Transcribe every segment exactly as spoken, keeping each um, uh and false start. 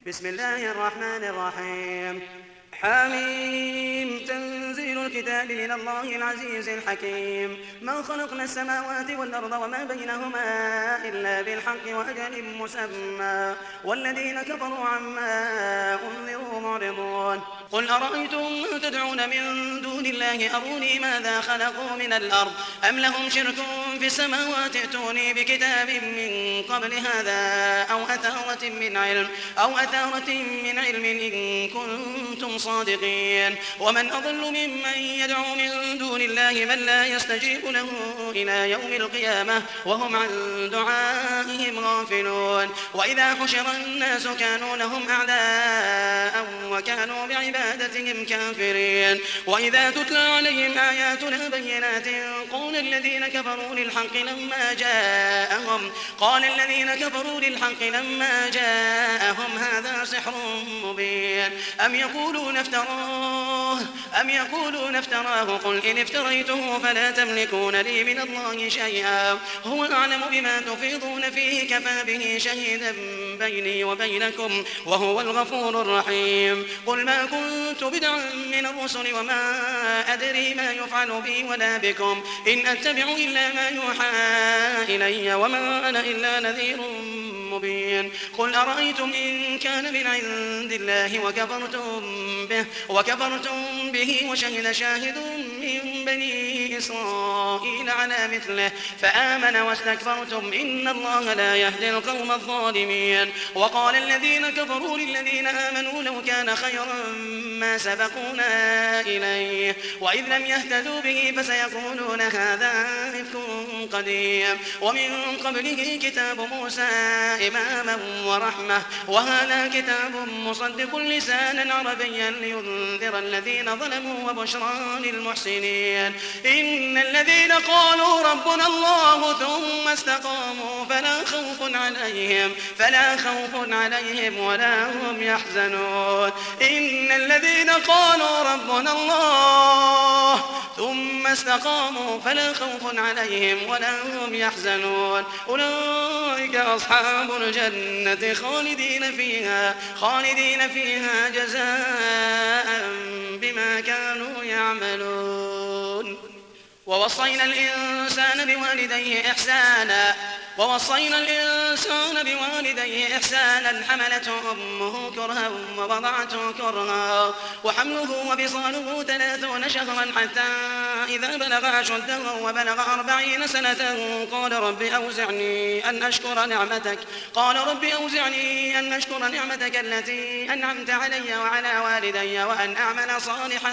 بسم الله الرحمن الرحيم. حميم. تنزيل الكتاب من الله العزيز الحكيم. ما خلقنا السماوات والأرض وما بينهما إلا بالحق وأجل مسمى والذين كفروا عما أنذروا معرضون. قل أرأيتم ما تدعون من دون الله أروني ماذا خلقوا من الأرض أم لهم شرك في السماوات ائتوني بكتاب من قبل هذا أو أثارة من علم أو أثارة من علم إن كنتم صادقين. ومن أضل ممن يدعو من دون الله من لا يستجيب له إلى يوم القيامة وهم عن دعائهم غافلون. وإذا حشر الناس كانوا لهم أعداء وكانوا بعبادتهم كافرين. وإذا تتلى عليهم آياتنا بينات قال الذين كفروا للحق لما جاءهم قال الذين كفروا للحق لما جاءهم هذا سحر مبين أم يقولون افتراه أم يقولون افتراه قل إن افتريته فلا تملكون لي من الله شيئا هو أعلم بما تفيضون فيه كفى به شهيدا بيني وبينكم وهو الغفور الرحيم. قل ما كنت بدعا من الرسل وما أدري ما يفعل بي ولا بكم إن أتبع إلا ما يوحى إلي وما أنا إلا نذير مبين. قل أرأيتم إن كان من عند الله وكفرتم به وكفرتم به وشهد شاهد من بني إسرائيل على مثله فآمن واستكبرتم إن الله لا يهدي القوم الظالمين. وقال الذين كفروا للذين آمنوا لو كان خيرا ما سبقونا إليه وإذ لم يهتدوا به فسيقولون هذا إفك قديم ومن قبله كتاب موسى إماما ورحمة وهذا كتاب مصدق لسانا عربيا لينذر الذين ظلموا وبشرى للمحسنين. إن الذين قالوا ربنا الله ثم استقاموا فلا خوف عليهم فلا خوف عليهم ولا هم يحزنون. إن الذين قالوا ربنا الله ثم استقاموا فلا خوف عليهم ولا هم يحزنون. أولئك أصحاب الجنة خالدين فيها خالدين فيها جزاء بما كانوا يعملون. ووصينا الإنسان بوالديه إحسانا ووصينا الإنسان بوالديه إحسانا حملته أمه كرها ووضعته كرها وحمله وفصاله ثلاثون شهرا حتى إذا بلغ أشده وبلغ أربعين سنة قال رب أوزعني أن أشكر نعمتك قال رب أوزعني أن أشكر نعمتك التي أنعمت علي وعلى والدي وأن أعمل صالحا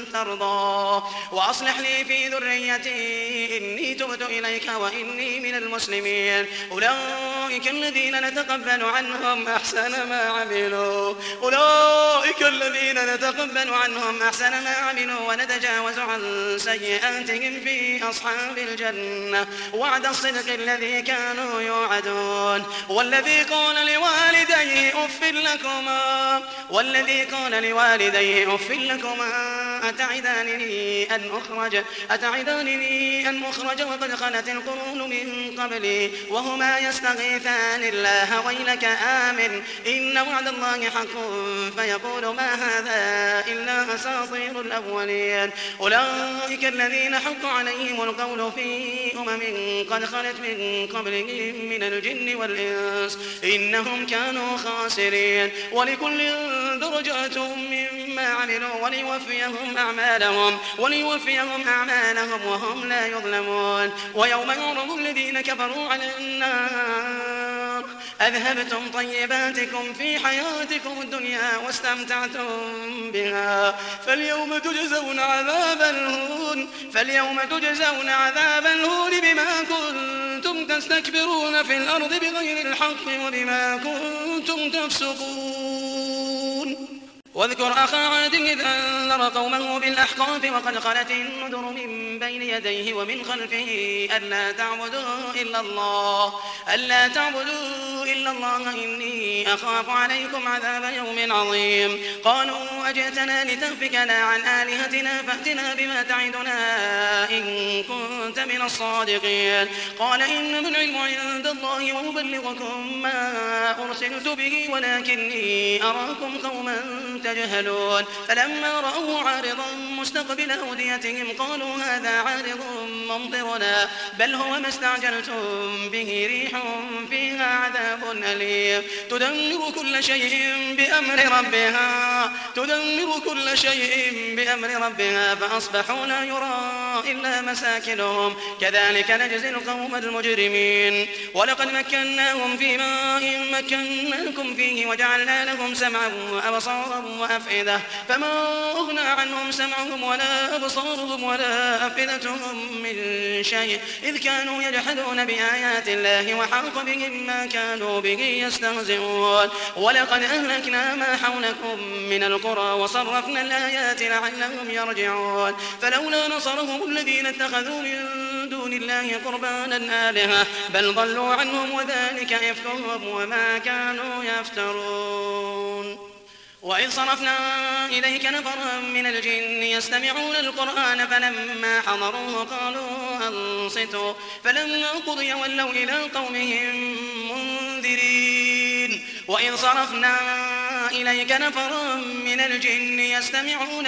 ترضاه وأصلح لي في ذريتي إني تبت إليك وإني من المسلمين. أولئك الذين نتقبل عنهم أحسن ما عملوا أولئك الذين نتقبل عنهم أحسن ما عملوا ونتجاوز عن سيئاتهم في أصحاب الجنة وعد الصدق الذي كانوا يوعدون. والذي قال لوالديه أف لكما والذي قال لوالديه أف لكما أتعدانني أن أخرج أتعدانني أن أخرج وقد خلت القرون من قبلي وهما يستغيثان الله ويلك آمن إن وعد الله حق فيقول ما هذا إلا أساطير الأولين. أولئك الذين حق عليهم القول في أمم قد خلت من قبلهم من الجن والإنس إنهم كانوا خاسرين. ولكل درجات مما عملوا وليوفيهم أعمالهم وليوفيهم أعمالهم وهم لا يظلمون. ويوم يعرض الذين كفروا على النار أذهبتم طيباتكم في حياتكم الدنيا واستمتعتم بها فاليوم تجزون عذاب الهون فاليوم تجزون عذاب الهون بما كنتم تستكبرون في الأرض بغير الحق وبما كنتم تفسقون. واذكر أخا عاد إذ أنذر قومه بالأحقاف وقد خلت النذر من بين يديه ومن خلفه ألا تعبدوا إلا الله ألا تعبدوا إلا الله إني أخاف عليكم عذاب يوم عظيم. قالوا أجئتنا لتأفكنا عن آلهتنا فأتنا بما تعدنا إن كنت من الصادقين. قال إنما العلم عند الله وأبلغكم ما أرسلت به ولكني أراكم قوما تجهلون. فلما رأوه عارضا مستقبل أوديتهم قالوا هذا عارض ممطرنا بل هو ما استعجلتم به ريح فيها عذاب أليم تدمر كل شيء بأمر ربها تدمر كل شيء بأمر ربها فأصبحوا لا يرى إلا مساكنهم كذلك نجزي القوم المجرمين. ولقد مكناهم في ماء مكناكم فيه وجعلنا لهم سمعا وأبصارا وأفئدة فما أغنى عنهم سمعهم ولا أبصارهم ولا أفئدتهم من شيء إذ كانوا يجحدون بآيات الله وحاق بهم ما كانوا به يستهزئون. ولقد أهلكنا ما حولكم من القرى وصرفنا الآيات لعلهم يرجعون. فلولا نصرهم الذين اتخذوا من دون الله قربانا آلهة بل ضلوا عنهم وذلك إفكهم وما كانوا يفترون. وإذ صرفنا إليك نفرا من الجن يستمعون القرآن فلما حضروه قالوا أنصتوا فلما قضي ولوا إلى قومهم منذرين. وإذ صرفنا إليك نفرا من الجن يستمعون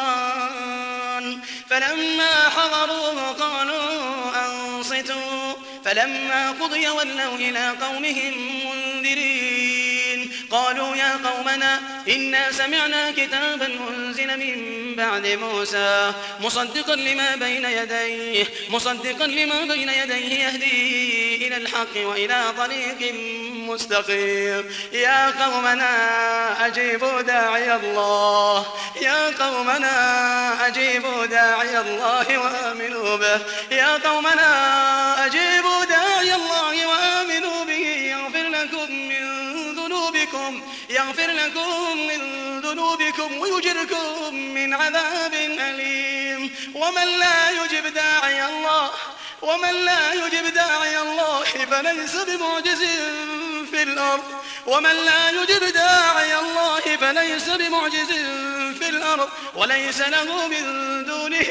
القرآن فلما حضروه قالوا أنصتوا فلما قضي ولوا إلى قومهم منذرين. قالوا يا قومنا إنا سمعنا كتابا أنزل من بعد موسى مصدقا لما بين يديه مصدقا لما بين يديه يهدي إلى الحق وإلى طريق مستقيم. يا قومنا أجيبوا داعي الله يا قومنا أجيبوا داعي الله وآمنوا به يا قومنا أجيبوا داعي الله وآمنوا به يغفر لكم من ذنوبكم يغفر لكم من ذنوبكم ويجركم من عذاب أليم. ومن لا يجب داعي الله ومن لا يجب داعي الله فليس بمعجز في الأرض ومن لا يجب داعي الله فليس بمعجز في الأرض وليس له من دونه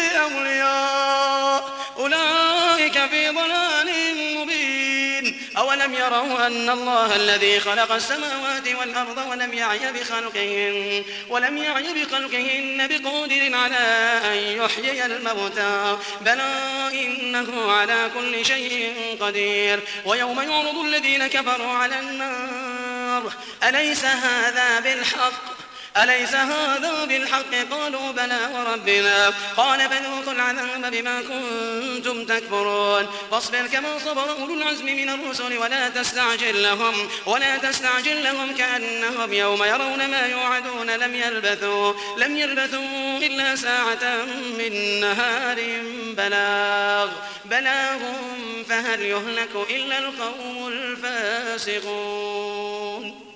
أولياء أولئك في ضلال مبين. أولم يروا أن الله الذي خلق السماوات والأرض ولم يعي بخلقهن ولم يعي بخلقهن بقادر على أن يحيي الموتى بلى إنه على كل شيء قدير. ويوم يعرض الذين كفروا على النار أليس هذا بالحق أليس هذا بالحق قالوا بلى وربنا قال فذوقوا العذاب بما كنتم تكفرون. فاصبر كما صبر أولو العزم من الرسل ولا تستعجل لهم ولا تستعجل لهم كأنهم يوم يرون ما يوعدون لم يلبثوا لم يلبثوا إلا ساعة من نهار بلاغ بلاغ فهل يهلك إلا القوم الفاسقون.